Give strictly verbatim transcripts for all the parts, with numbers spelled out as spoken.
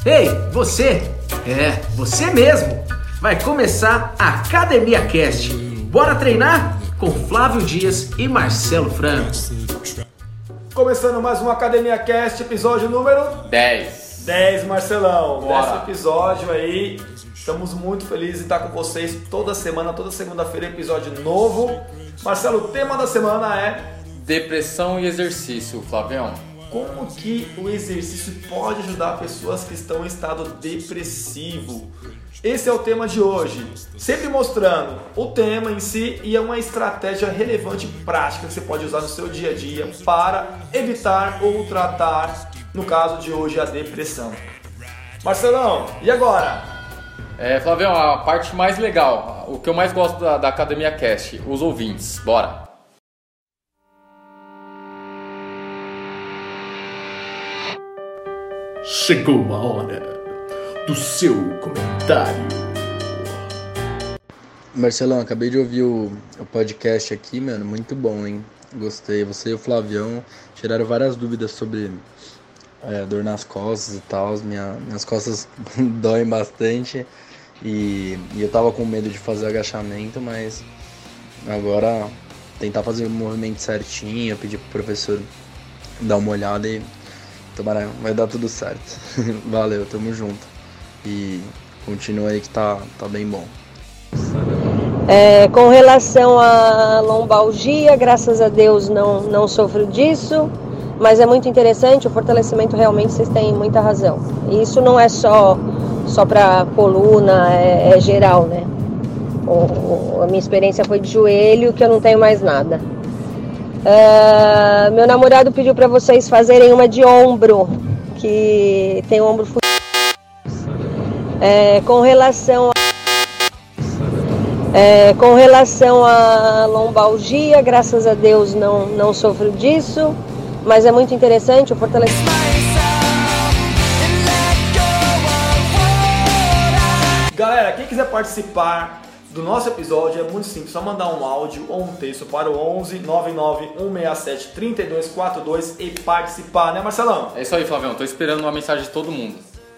Ei, você! É, você mesmo! Vai começar a Academia Cast. Bora treinar? Com Flávio Dias e Marcelo Franco. Começando mais um Academia Cast, episódio número dez. dez, Marcelão. Bora. Décimo episódio aí. Estamos muito felizes de estar com vocês toda semana, toda segunda-feira, episódio novo. Marcelo, o tema da semana é... Depressão e exercício, Flavião. Como que o exercício pode ajudar pessoas que estão em estado depressivo? Esse é o tema de hoje, sempre mostrando o tema em si e é uma estratégia relevante e prática que você pode usar no seu dia a dia para evitar ou tratar, no caso de hoje, a depressão. Marcelão, e agora? É, Flavião, a parte mais legal, o que eu mais gosto da, da Academia Cast, os ouvintes, bora! Chegou a hora do seu comentário. Marcelão, acabei de ouvir o, o podcast aqui, mano, muito bom, hein? Gostei. Você e o Flavião tiraram várias dúvidas sobre é, dor nas costas e tal. Minha, minhas costas doem bastante e, e eu tava com medo de fazer agachamento, mas agora tentar fazer o movimento certinho, eu pedi pro professor dar uma olhada e tomara, vai dar tudo certo. Valeu, tamo junto. E continua aí que tá, tá bem bom. É, com relação à lombalgia, graças a Deus não, não sofro disso, mas é muito interessante, o fortalecimento realmente vocês têm muita razão. E isso não é só, só para coluna, é, é geral, né? O, o, a minha experiência foi de joelho, que eu não tenho mais nada. Uh, meu namorado pediu para vocês fazerem uma de ombro, que tem o ombro fudido. É, com relação a, é, com relação à lombalgia, graças a Deus não, não sofro disso, mas é muito interessante o fortalecimento. Galera, quem quiser participar do nosso episódio é muito simples, só mandar um áudio ou um texto para o onze nove nove um seis sete três dois quatro dois e participar, né, Marcelão? É isso aí, Flavião, tô esperando uma mensagem de todo mundo.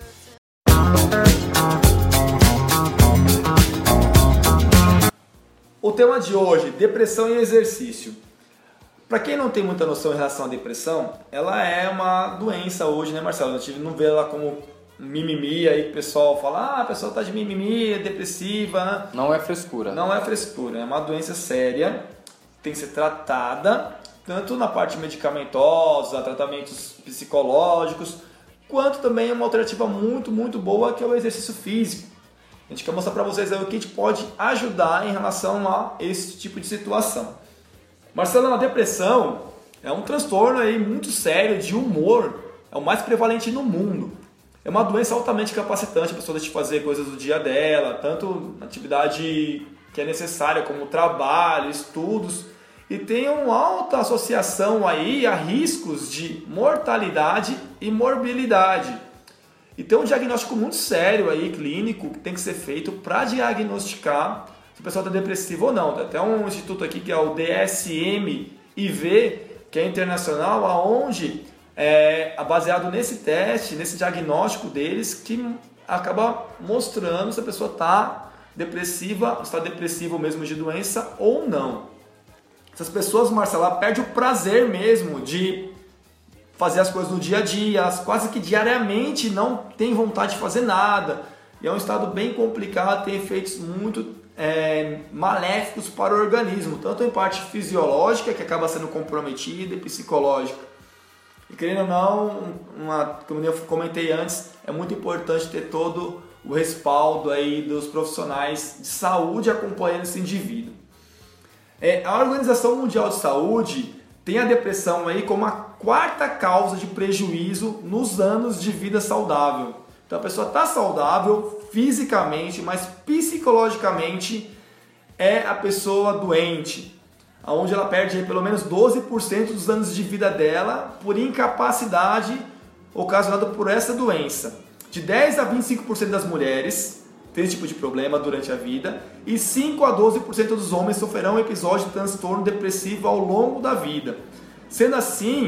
O tema de hoje, depressão e exercício. Para quem não tem muita noção em relação à depressão, ela é uma doença hoje, né, Marcelo? A gente não vê ela como mimimi, aí o pessoal fala, ah, a pessoa tá de mimimi, é depressiva, né? Não é frescura. Não é frescura, é uma doença séria, tem que ser tratada, tanto na parte medicamentosa, tratamentos psicológicos, quanto também uma alternativa muito, muito boa que é o exercício físico. A gente quer mostrar para vocês aí o que a gente pode ajudar em relação a esse tipo de situação. Marcelo, a depressão é um transtorno aí muito sério de humor, é o mais prevalente no mundo. É uma doença altamente capacitante, a pessoa deixa de fazer coisas do dia dela, tanto na atividade que é necessária, como trabalho, estudos, e tem uma alta associação aí a riscos de mortalidade e morbilidade. E tem um diagnóstico muito sério aí, clínico, que tem que ser feito para diagnosticar se a pessoa está depressiva ou não. Tem até um instituto aqui que é o D S M I V, que é internacional, aonde... É baseado nesse teste, nesse diagnóstico deles, que acaba mostrando se a pessoa está depressiva, está depressiva mesmo de doença ou não. Essas pessoas, Marcelo, perdem o prazer mesmo de fazer as coisas no dia a dia, elas quase que diariamente não têm vontade de fazer nada. E é um estado bem complicado, tem efeitos muito é, maléficos para o organismo, tanto em parte fisiológica, que acaba sendo comprometida, e psicológica. E querendo ou não, uma, como eu comentei antes, é muito importante ter todo o respaldo aí dos profissionais de saúde acompanhando esse indivíduo. É, a Organização Mundial de Saúde tem a depressão aí como a quarta causa de prejuízo nos anos de vida saudável. Então a pessoa está saudável fisicamente, mas psicologicamente é a pessoa doente, onde ela perde aí pelo menos doze por cento dos anos de vida dela por incapacidade ocasionada por essa doença. De dez a vinte e cinco por cento das mulheres têm esse tipo de problema durante a vida e cinco a doze por cento dos homens sofrerão um episódio de transtorno depressivo ao longo da vida. Sendo assim,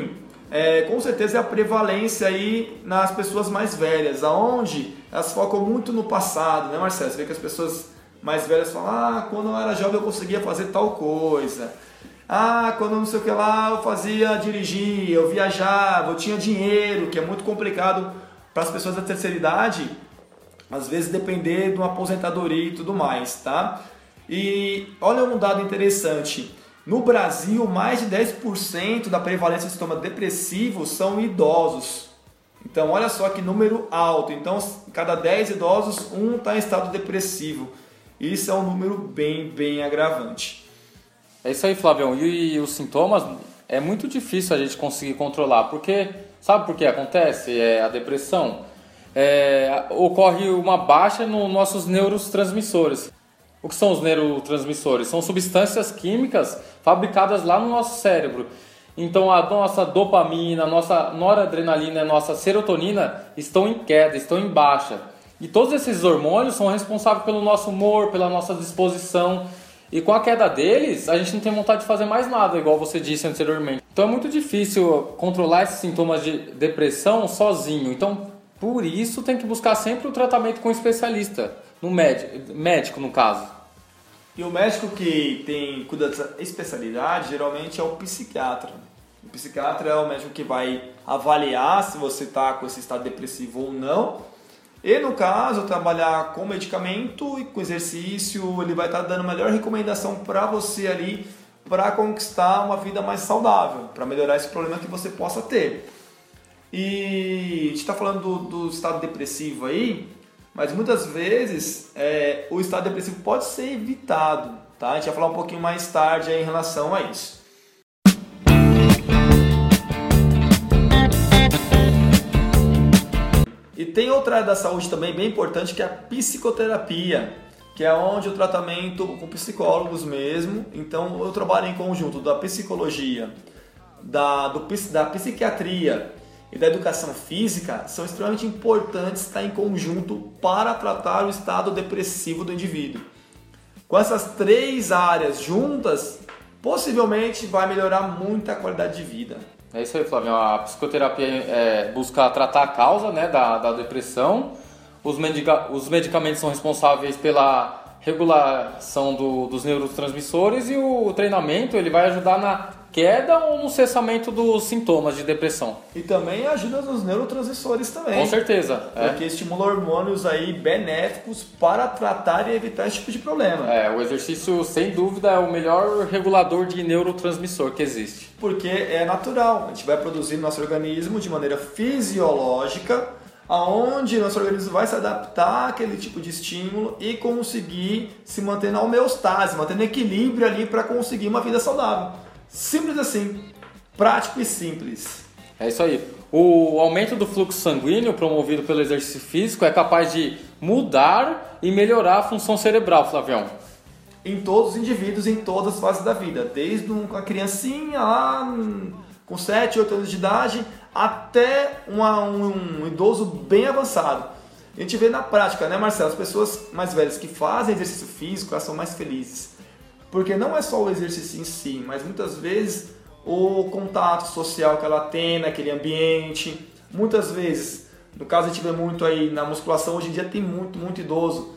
é, com certeza é a prevalência aí nas pessoas mais velhas, aonde elas focam muito no passado, né, Marcelo? Você vê que as pessoas mais velhas falam, ah, quando eu era jovem eu conseguia fazer tal coisa, ah, quando não sei o que lá eu fazia dirigir, eu viajava, eu tinha dinheiro, que é muito complicado para as pessoas da terceira idade, às vezes depender de uma aposentadoria e tudo mais, tá? E olha um dado interessante, no Brasil mais de dez por cento da prevalência de sintoma depressivo são idosos. Então olha só que número alto, então cada dez idosos, um está em estado depressivo. Isso é um número bem, bem agravante. É isso aí, Flavião. E, e os sintomas é muito difícil a gente conseguir controlar, porque sabe por que acontece? É a depressão. É, ocorre uma baixa nos nossos neurotransmissores. O que são os neurotransmissores? São substâncias químicas fabricadas lá no nosso cérebro. Então a nossa dopamina, a nossa noradrenalina e a nossa serotonina estão em queda, estão em baixa. E todos esses hormônios são responsáveis pelo nosso humor, pela nossa disposição. E com a queda deles, a gente não tem vontade de fazer mais nada, igual você disse anteriormente. Então é muito difícil controlar esses sintomas de depressão sozinho. Então, por isso, tem que buscar sempre o tratamento com um especialista, no médico, médico no caso. E o médico que tem cuida dessa especialidade, geralmente é o psiquiatra. O psiquiatra é o médico que vai avaliar se você está com esse estado depressivo ou não. E no caso, trabalhar com medicamento e com exercício, ele vai estar dando a melhor recomendação para você ali para conquistar uma vida mais saudável, para melhorar esse problema que você possa ter. E a gente está falando do, do estado depressivo aí, mas muitas vezes é, o estado depressivo pode ser evitado, tá? A gente vai falar um pouquinho mais tarde aí em relação a isso. E tem outra área da saúde também bem importante, que é a psicoterapia, que é onde o tratamento com psicólogos mesmo. Então eu trabalho em conjunto da psicologia, da, do, da psiquiatria e da educação física, são extremamente importantes estar em conjunto para tratar o estado depressivo do indivíduo. Com essas três áreas juntas, possivelmente vai melhorar muito a qualidade de vida. É isso aí, Flávio. A psicoterapia é buscar tratar a causa, né, da, da depressão. Os, medica, os medicamentos são responsáveis pela regulação do, dos neurotransmissores e o treinamento ele vai ajudar na queda ou no cessamento dos sintomas de depressão. E também ajuda nos neurotransmissores também. Com certeza. Porque é. estimula hormônios aí benéficos para tratar e evitar esse tipo de problema. É, o exercício, sem dúvida, é o melhor regulador de neurotransmissor que existe. Porque é natural. A gente vai produzir no nosso organismo de maneira fisiológica, aonde nosso organismo vai se adaptar àquele tipo de estímulo e conseguir se manter na homeostase, manter no equilíbrio ali para conseguir uma vida saudável. Simples assim, prático e simples. É isso aí. O aumento do fluxo sanguíneo promovido pelo exercício físico é capaz de mudar e melhorar a função cerebral, Flavião. Em todos os indivíduos, em todas as fases da vida. Desde uma criancinha lá com sete, oito anos de idade até uma, um, um idoso bem avançado. A gente vê na prática, né, Marcelo? As pessoas mais velhas que fazem exercício físico, elas são mais felizes. Porque não é só o exercício em si, mas muitas vezes o contato social que ela tem naquele ambiente. Muitas vezes, no caso a gente vê muito aí na musculação, hoje em dia tem muito, muito idoso.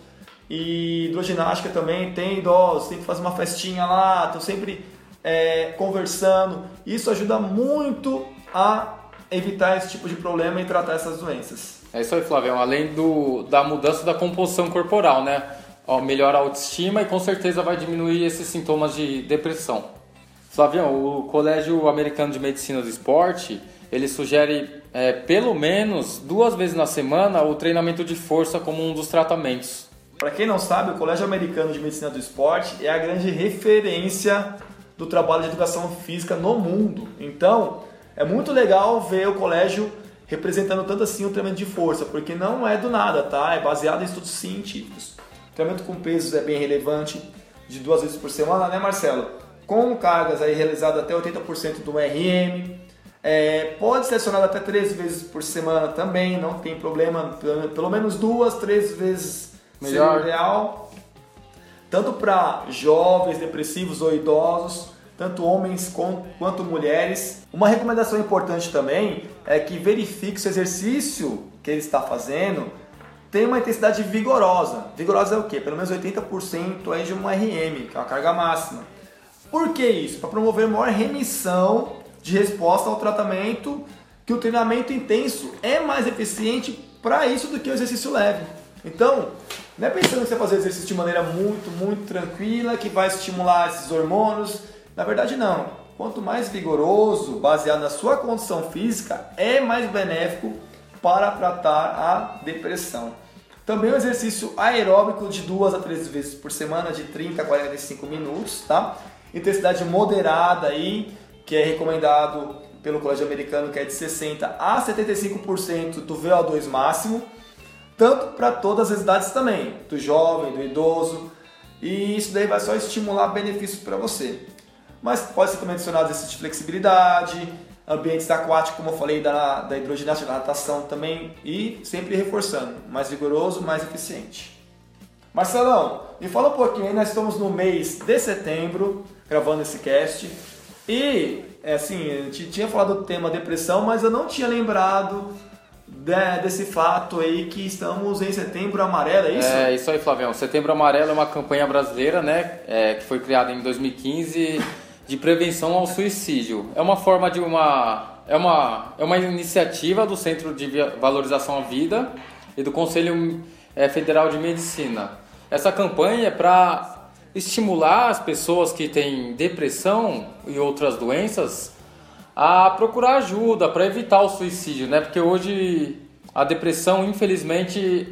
E hidroginástica também tem idosos, tem que fazer uma festinha lá, estão sempre é, conversando. Isso ajuda muito a evitar esse tipo de problema e tratar essas doenças. É isso aí, Flávio. Além do, da mudança da composição corporal, né? Ó, melhora a autoestima e com certeza vai diminuir esses sintomas de depressão. Flavião, o Colégio Americano de Medicina do Esporte, ele sugere é, pelo menos duas vezes na semana o treinamento de força como um dos tratamentos. Para quem não sabe, o Colégio Americano de Medicina do Esporte é a grande referência do trabalho de educação física no mundo. Então, é muito legal ver o colégio representando tanto assim o treinamento de força, porque não é do nada, tá? É baseado em estudos científicos. O treinamento com pesos é bem relevante, de duas vezes por semana, né, Marcelo? Com cargas aí realizadas até oitenta por cento do R M. É, pode ser acionado até três vezes por semana também, não tem problema. Pelo menos duas, três vezes seria o ideal. Tanto para jovens, depressivos ou idosos. tanto homens quanto mulheres. Uma recomendação importante também é que verifique se o exercício que ele está fazendo tem uma intensidade vigorosa. Vigorosa é o quê? Pelo menos oitenta por cento aí de uma R M, que é uma carga máxima. Por que isso? Para promover maior remissão de resposta ao tratamento, que o treinamento intenso é mais eficiente para isso do que o exercício leve. Então, não é pensando que você vai fazer exercício de maneira muito, muito tranquila, que vai estimular esses hormônios. Na verdade, não. Quanto mais vigoroso, baseado na sua condição física, é mais benéfico para tratar a depressão. Também o exercício aeróbico de duas a três vezes por semana, de trinta a quarenta e cinco minutos, tá? Intensidade moderada aí, que é recomendado pelo Colégio Americano, que é de sessenta a setenta e cinco por cento do V O dois máximo, tanto para todas as idades também, do jovem, do idoso, e isso daí vai só estimular benefícios para você. Mas pode ser também adicionado exercício de flexibilidade, ambientes aquáticos, como eu falei, da, da hidroginástica, da natação também, e sempre reforçando, mais vigoroso, mais eficiente. Marcelão, me fala um pouquinho aí, nós estamos no mês de setembro, gravando esse cast, e assim, a gente tinha falado do tema depressão, mas eu não tinha lembrado de, desse fato aí que estamos em Setembro Amarelo, é isso? É isso aí, Flavião. Setembro Amarelo é uma campanha brasileira, né, é, que foi criada em dois mil e quinze de prevenção ao suicídio. É uma forma de uma é uma é uma iniciativa do Centro de Valorização à Vida e do Conselho Federal de Medicina. Essa campanha é para estimular as pessoas que têm depressão e outras doenças a procurar ajuda para evitar o suicídio, né? Porque hoje a depressão, infelizmente,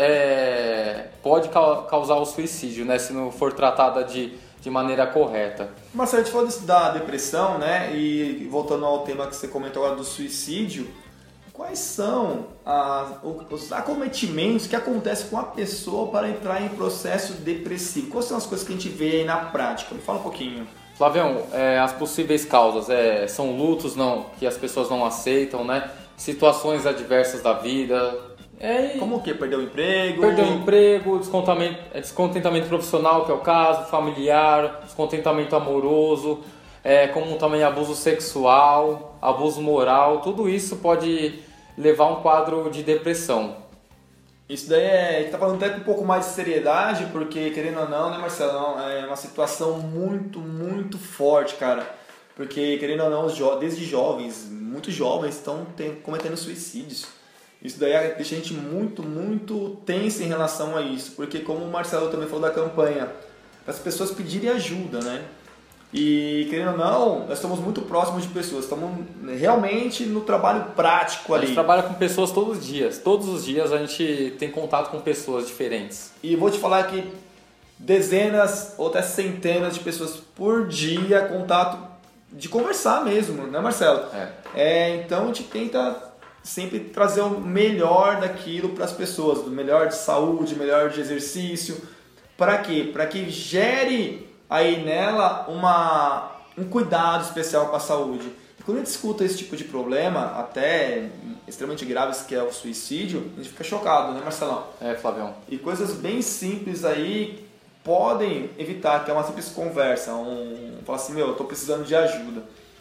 é, pode causar o suicídio, né? Se não for tratada de, de maneira correta. Marcelo, a gente falou da depressão, né? E voltando ao tema que você comentou agora do suicídio, quais são as, os acometimentos que acontecem com a pessoa para entrar em processo depressivo? Quais são as coisas que a gente vê aí na prática? Me fala um pouquinho. Flavião, é, as possíveis causas é, são lutos não, que as pessoas não aceitam, né? Situações adversas da vida. É, Como o quê? Perder o emprego? Perder o emprego, descontentamento, descontentamento profissional, que é o caso, familiar, descontentamento amoroso, é, como também abuso sexual, abuso moral, tudo isso pode levar a um quadro de depressão. Isso daí é, a gente tá falando até com um pouco mais de seriedade, porque querendo ou não, né, Marcelão, é uma situação muito, muito forte, cara. Porque querendo ou não, jo- desde jovens, muitos jovens estão cometendo suicídios. Isso daí deixa a gente muito, muito tenso em relação a isso, porque como o Marcelo também falou da campanha, as pessoas pedirem ajuda, né? E querendo ou não, nós estamos muito próximos de pessoas, estamos realmente no trabalho prático ali. A gente trabalha com pessoas todos os dias, todos os dias a gente tem contato com pessoas diferentes. E vou te falar que dezenas ou até centenas de pessoas por dia, contato de conversar mesmo, né, Marcelo? É. É, então a gente tenta sempre trazer o melhor daquilo para as pessoas, o melhor de saúde, o melhor de exercício. Para quê? Para que gere aí nela uma, um cuidado especial com a saúde. E quando a gente escuta esse tipo de problema, até extremamente graves, que é o suicídio, a gente fica chocado, né, Marcelão? É, Flavião. E coisas bem simples aí podem evitar, que é uma simples conversa, um falar assim, meu, eu tô precisando de ajuda.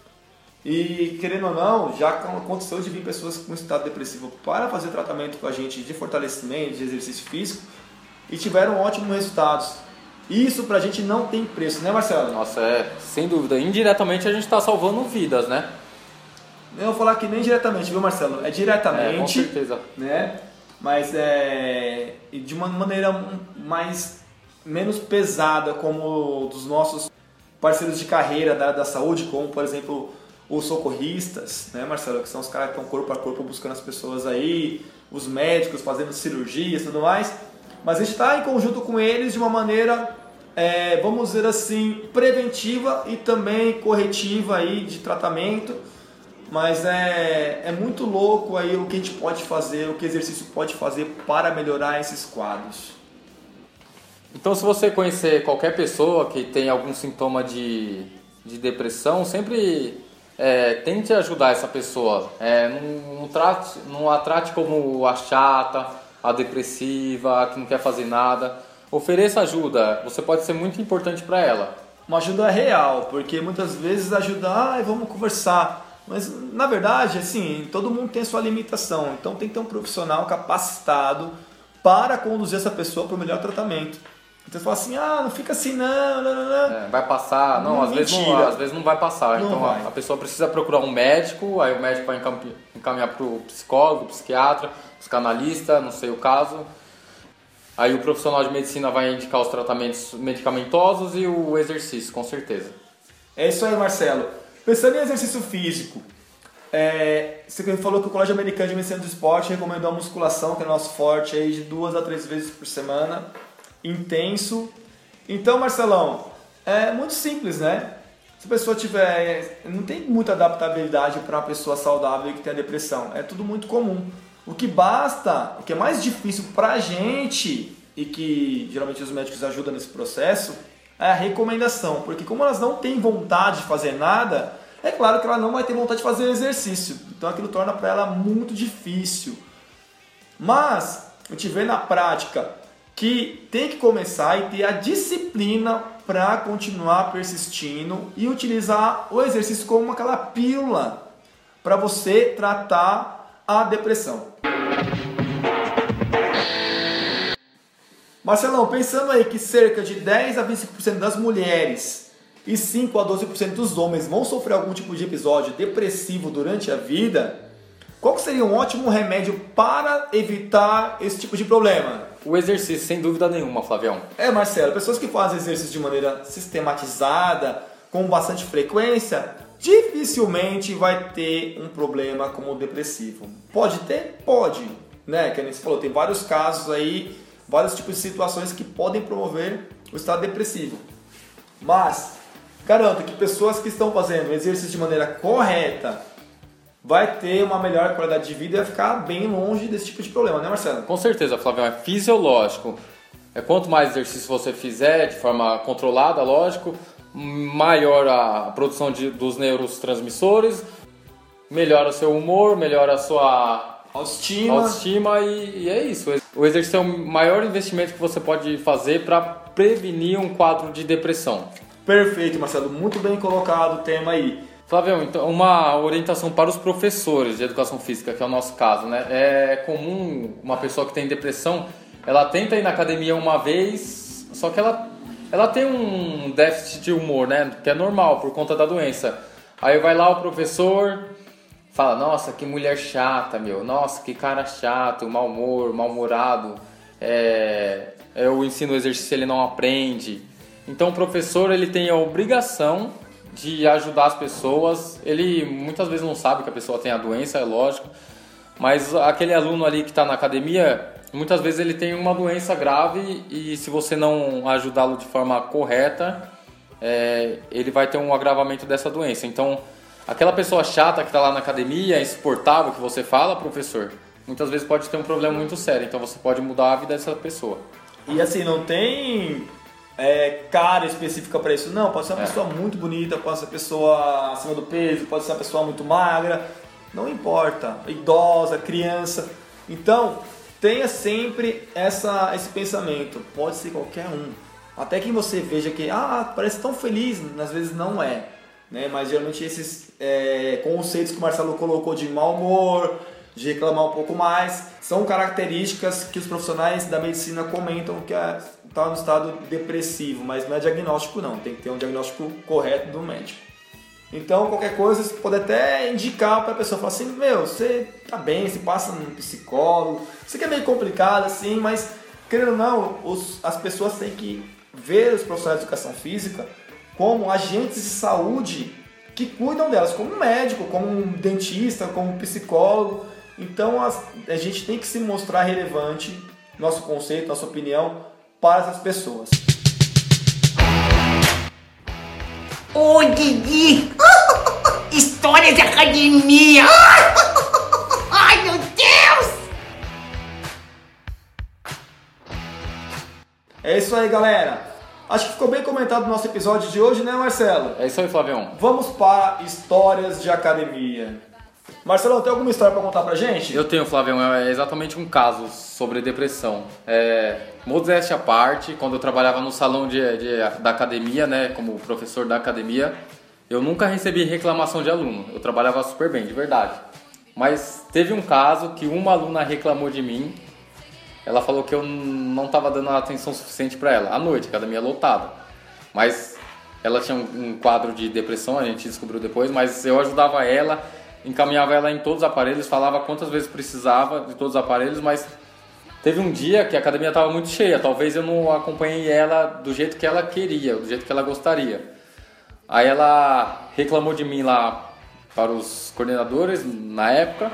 E querendo ou não, já aconteceu de vir pessoas com estado depressivo para fazer tratamento com a gente de fortalecimento, de exercício físico, e tiveram ótimos resultados. Isso pra gente não tem preço, né, Marcelo? Nossa, é, sem dúvida. Indiretamente a gente está salvando vidas, né? Eu vou falar que nem diretamente, viu, Marcelo? É diretamente, é, com certeza. Né? Mas é de uma maneira mais menos pesada, como dos nossos parceiros de carreira da, da saúde, como por exemplo os socorristas, né, Marcelo? Que são os caras que estão corpo a corpo buscando as pessoas aí, os médicos fazendo cirurgias e tudo mais. Mas a gente está em conjunto com eles de uma maneira, é, vamos dizer assim, preventiva e também corretiva aí de tratamento. Mas é, é muito louco aí o que a gente pode fazer, o que o exercício pode fazer para melhorar esses quadros. Então, se você conhecer qualquer pessoa que tem algum sintoma de, de depressão, sempre é, tente ajudar essa pessoa. É, não, não, trate, não a trate como a chata, a depressiva, que não quer fazer nada. Ofereça ajuda, você pode ser muito importante para ela. uma ajuda real, porque muitas vezes ajuda, ah, vamos conversar, mas na verdade, assim, todo mundo tem a sua limitação, então tem que ter um profissional capacitado para conduzir essa pessoa para o melhor tratamento. Então você fala assim, ah, não fica assim não, não, não, não. É, vai passar, não, não às, vezes não às vezes não vai passar, não então vai. A, a pessoa precisa procurar um médico, aí o médico vai encaminhar para o psicólogo, psiquiatra, psicanalista, não sei o caso. Aí o profissional de medicina vai indicar os tratamentos medicamentosos e o exercício, com certeza. É isso aí, Marcelo. Pensando em exercício físico, é, você falou que o Colégio Americano de Medicina do Esporte recomendou a musculação, que é nosso forte, aí, de duas a três vezes por semana, intenso. Então, Marcelão, é muito simples, né? Se a pessoa tiver... Não tem muita adaptabilidade para uma pessoa saudável que tem a depressão. É tudo muito comum. O que basta, o que é mais difícil pra gente, e que geralmente os médicos ajudam nesse processo, é a recomendação. Porque como elas não têm vontade de fazer nada, é claro que ela não vai ter vontade de fazer exercício. Então aquilo torna para ela muito difícil. Mas a gente vê na prática que tem que começar e ter a disciplina para continuar persistindo e utilizar o exercício como aquela pílula para você tratar a depressão. Marcelão, pensando aí que cerca de dez a vinte e cinco por cento das mulheres e cinco a doze por cento dos homens vão sofrer algum tipo de episódio depressivo durante a vida, qual seria um ótimo remédio para evitar esse tipo de problema? O exercício, sem dúvida nenhuma, Flavião. É, Marcelo, pessoas que fazem exercício de maneira sistematizada, com bastante frequência, dificilmente vai ter um problema como o depressivo. Pode ter? Pode. Né? Que a gente falou, tem vários casos aí, vários tipos de situações que podem promover o estado depressivo. Mas, garanto que pessoas que estão fazendo exercício de maneira correta vai ter uma melhor qualidade de vida e vai ficar bem longe desse tipo de problema, né, Marcelo? Com certeza, Flavião, é fisiológico. É, quanto mais exercício você fizer de forma controlada, lógico, maior a produção de, dos neurotransmissores, melhora o seu humor, melhora a sua autoestima, autoestima e, e é isso. O exercício é o maior investimento que você pode fazer para prevenir um quadro de depressão. Perfeito, Marcelo, muito bem colocado o tema aí. Flavião, então uma orientação para os professores de educação física, que é o nosso caso, né? É comum uma pessoa que tem depressão, ela tenta ir na academia uma vez, só que ela, ela tem um déficit de humor, né? Que é normal por conta da doença. Aí vai lá o professor, fala, nossa, que mulher chata, meu, nossa, que cara chato, mau humor, mal-humorado, é, eu ensino o exercício, ele não aprende. Então o professor, ele tem a obrigação de ajudar as pessoas. Ele muitas vezes não sabe que a pessoa tem a doença, é lógico, mas aquele aluno ali que está na academia, muitas vezes ele tem uma doença grave e se você não ajudá-lo de forma correta, é, ele vai ter um agravamento dessa doença. Então, aquela pessoa chata que está lá na academia, insuportável que você fala, professor, muitas vezes pode ter um problema muito sério, então você pode mudar a vida dessa pessoa. E assim, não tem... É, cara específica para isso, não, pode ser uma é. pessoa muito bonita, pode ser uma pessoa acima do peso, pode ser uma pessoa muito magra, não importa, idosa, criança. Então, tenha sempre essa, esse pensamento, pode ser qualquer um, até que você veja que, ah, parece tão feliz, às vezes não é, né? Mas geralmente esses é, conceitos que o Marcelo colocou de mau humor, de reclamar um pouco mais, são características que os profissionais da medicina comentam que está no estado depressivo, mas não é diagnóstico não, tem que ter um diagnóstico correto do médico. Então qualquer coisa você pode até indicar para a pessoa, falar assim, meu, você tá bem, você passa num psicólogo, isso aqui é meio complicado assim, mas querendo ou não, os, as pessoas têm que ver os profissionais de educação física como agentes de saúde que cuidam delas, como um médico, como um dentista, como um psicólogo. Então a, a gente tem que se mostrar relevante, nosso conceito, nossa opinião, para essas pessoas. Ô Didi! Histórias de academia! Ai meu Deus! É isso aí, galera! Acho que ficou bem comentado no nosso episódio de hoje, né, Marcelo? É isso aí, Flavião. Vamos para histórias de academia. Marcelão, tem alguma história pra contar pra gente? Eu tenho, Flavião, é exatamente um caso sobre depressão. É, modéstia à parte, quando eu trabalhava no salão de, de, da academia, né, como professor da academia, eu nunca recebi reclamação de aluno. Eu trabalhava super bem, de verdade. Mas teve um caso que uma aluna reclamou de mim. Ela falou que eu não estava dando atenção suficiente para ela. À noite, academia lotada. Mas ela tinha um quadro de depressão, a gente descobriu depois, mas eu ajudava ela, encaminhava ela em todos os aparelhos, falava quantas vezes precisava de todos os aparelhos, mas teve um dia que a academia estava muito cheia. Talvez eu não acompanhei ela do jeito que ela queria, do jeito que ela gostaria. Aí ela reclamou de mim lá para os coordenadores na época.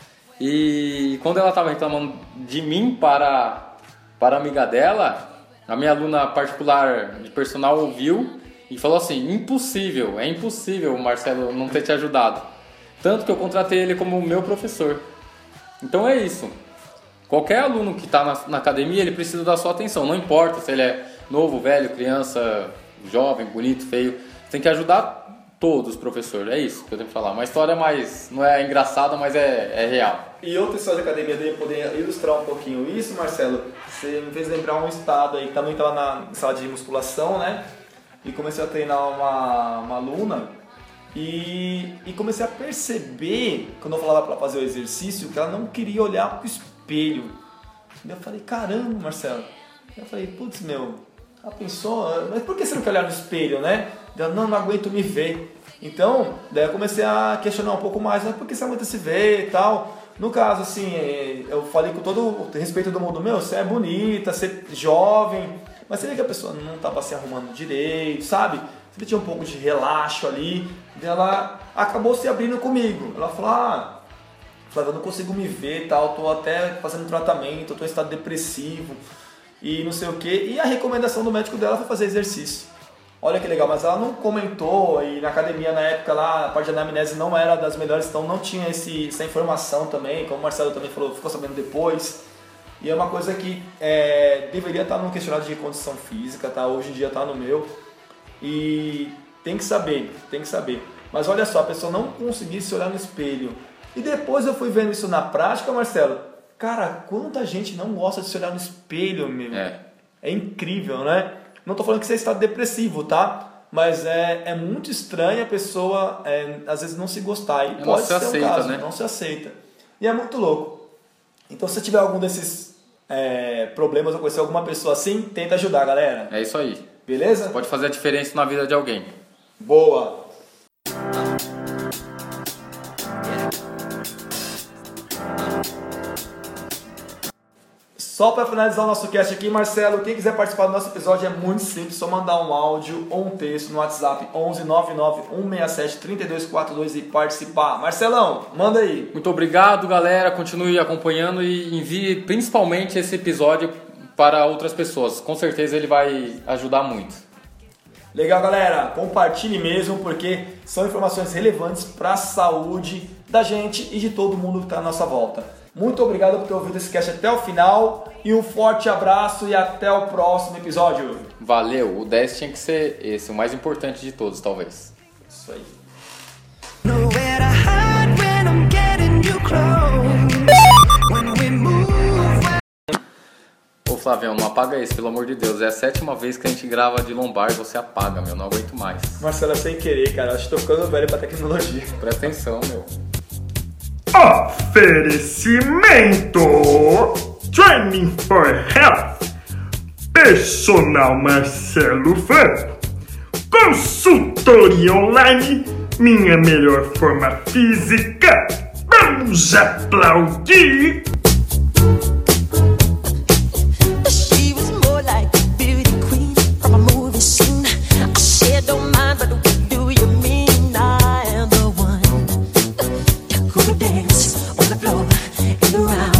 E quando ela estava reclamando de mim para, para a amiga dela, a minha aluna particular de personal ouviu e falou assim: impossível, é impossível o Marcelo não ter te ajudado. Tanto que eu contratei ele como meu professor. Então é isso. Qualquer aluno que está na, na academia, ele precisa da sua atenção. Não importa se ele é novo, velho, criança, jovem, bonito, feio. Tem que ajudar todos, professor. É isso que eu tenho que falar. Uma história mais, não é engraçada, mas é, é real. E outra história da academia, dele poder ilustrar um pouquinho isso, Marcelo, você me fez lembrar um estado aí, que também estava na sala de musculação, né? E comecei a treinar uma, uma aluna e, e comecei a perceber, quando eu falava para ela fazer o exercício, que ela não queria olhar pro espelho. E eu falei: caramba, Marcelo. Eu falei: putz, meu, ela pensou, mas por que você não quer olhar no espelho, né? Eu, não, não aguento me ver. Então, daí eu comecei a questionar um pouco mais, né? Por que você aguenta se ver e tal? No caso, assim, eu falei com todo o respeito do mundo, meu, você é bonita, você é jovem, mas você vê que a pessoa não estava se arrumando direito, sabe? Você tinha um pouco de relaxo ali. Daí ela acabou se abrindo comigo. Ela falou: ah, Flávio, eu não consigo me ver e tal, tô até fazendo tratamento, tô em estado depressivo e não sei o que. E a recomendação do médico dela foi fazer exercício. Olha que legal, mas ela não comentou, e na academia na época lá, a parte da anamnese não era das melhores, então não tinha esse, essa informação também, como o Marcelo também falou, ficou sabendo depois. E é uma coisa que é, deveria estar no questionário de condição física, tá? Hoje em dia está no meu. E tem que saber, tem que saber. Mas olha só, a pessoa não conseguia se olhar no espelho. E depois eu fui vendo isso na prática, Marcelo. Cara, quanta gente não gosta de se olhar no espelho, meu. É, é incrível, né? Não tô falando que você está depressivo, tá? Mas é, é muito estranho a pessoa, é, às vezes, não se gostar. E não pode se ser aceita, um caso, né? Não se aceita. E é muito louco. Então, se você tiver algum desses é, problemas ou conhecer alguma pessoa assim, tenta ajudar, galera. É isso aí. Beleza? Pode fazer a diferença na vida de alguém. Boa! Só para finalizar o nosso cast aqui, Marcelo, quem quiser participar do nosso episódio é muito simples, só mandar um áudio ou um texto no WhatsApp onze nove nove um seis sete três dois quatro dois e participar. Marcelão, manda aí. Muito obrigado, galera. Continue acompanhando e envie principalmente esse episódio para outras pessoas. Com certeza ele vai ajudar muito. Legal, galera. Compartilhe mesmo, porque são informações relevantes para a saúde da gente e de todo mundo que está à nossa volta. Muito obrigado por ter ouvido esse cast até o final e um forte abraço e até o próximo episódio. Valeu, o dez tinha que ser esse, o mais importante de todos, talvez. Isso aí. Ô Flavião, não apaga isso, pelo amor de Deus. É a sétima vez que a gente grava de lombar e você apaga, meu, não aguento mais. Marcelo, é sem querer, cara. Acho que tô ficando velho pra tecnologia. Presta atenção, meu. Oferecimento Training for Health Personal Marcelo Franco Consultoria online, minha melhor forma física. Vamos aplaudir. She was more like a beauty queen from a movie scene. I said don't mind, but what do you mean? I am the one. You could dance on the floor and around.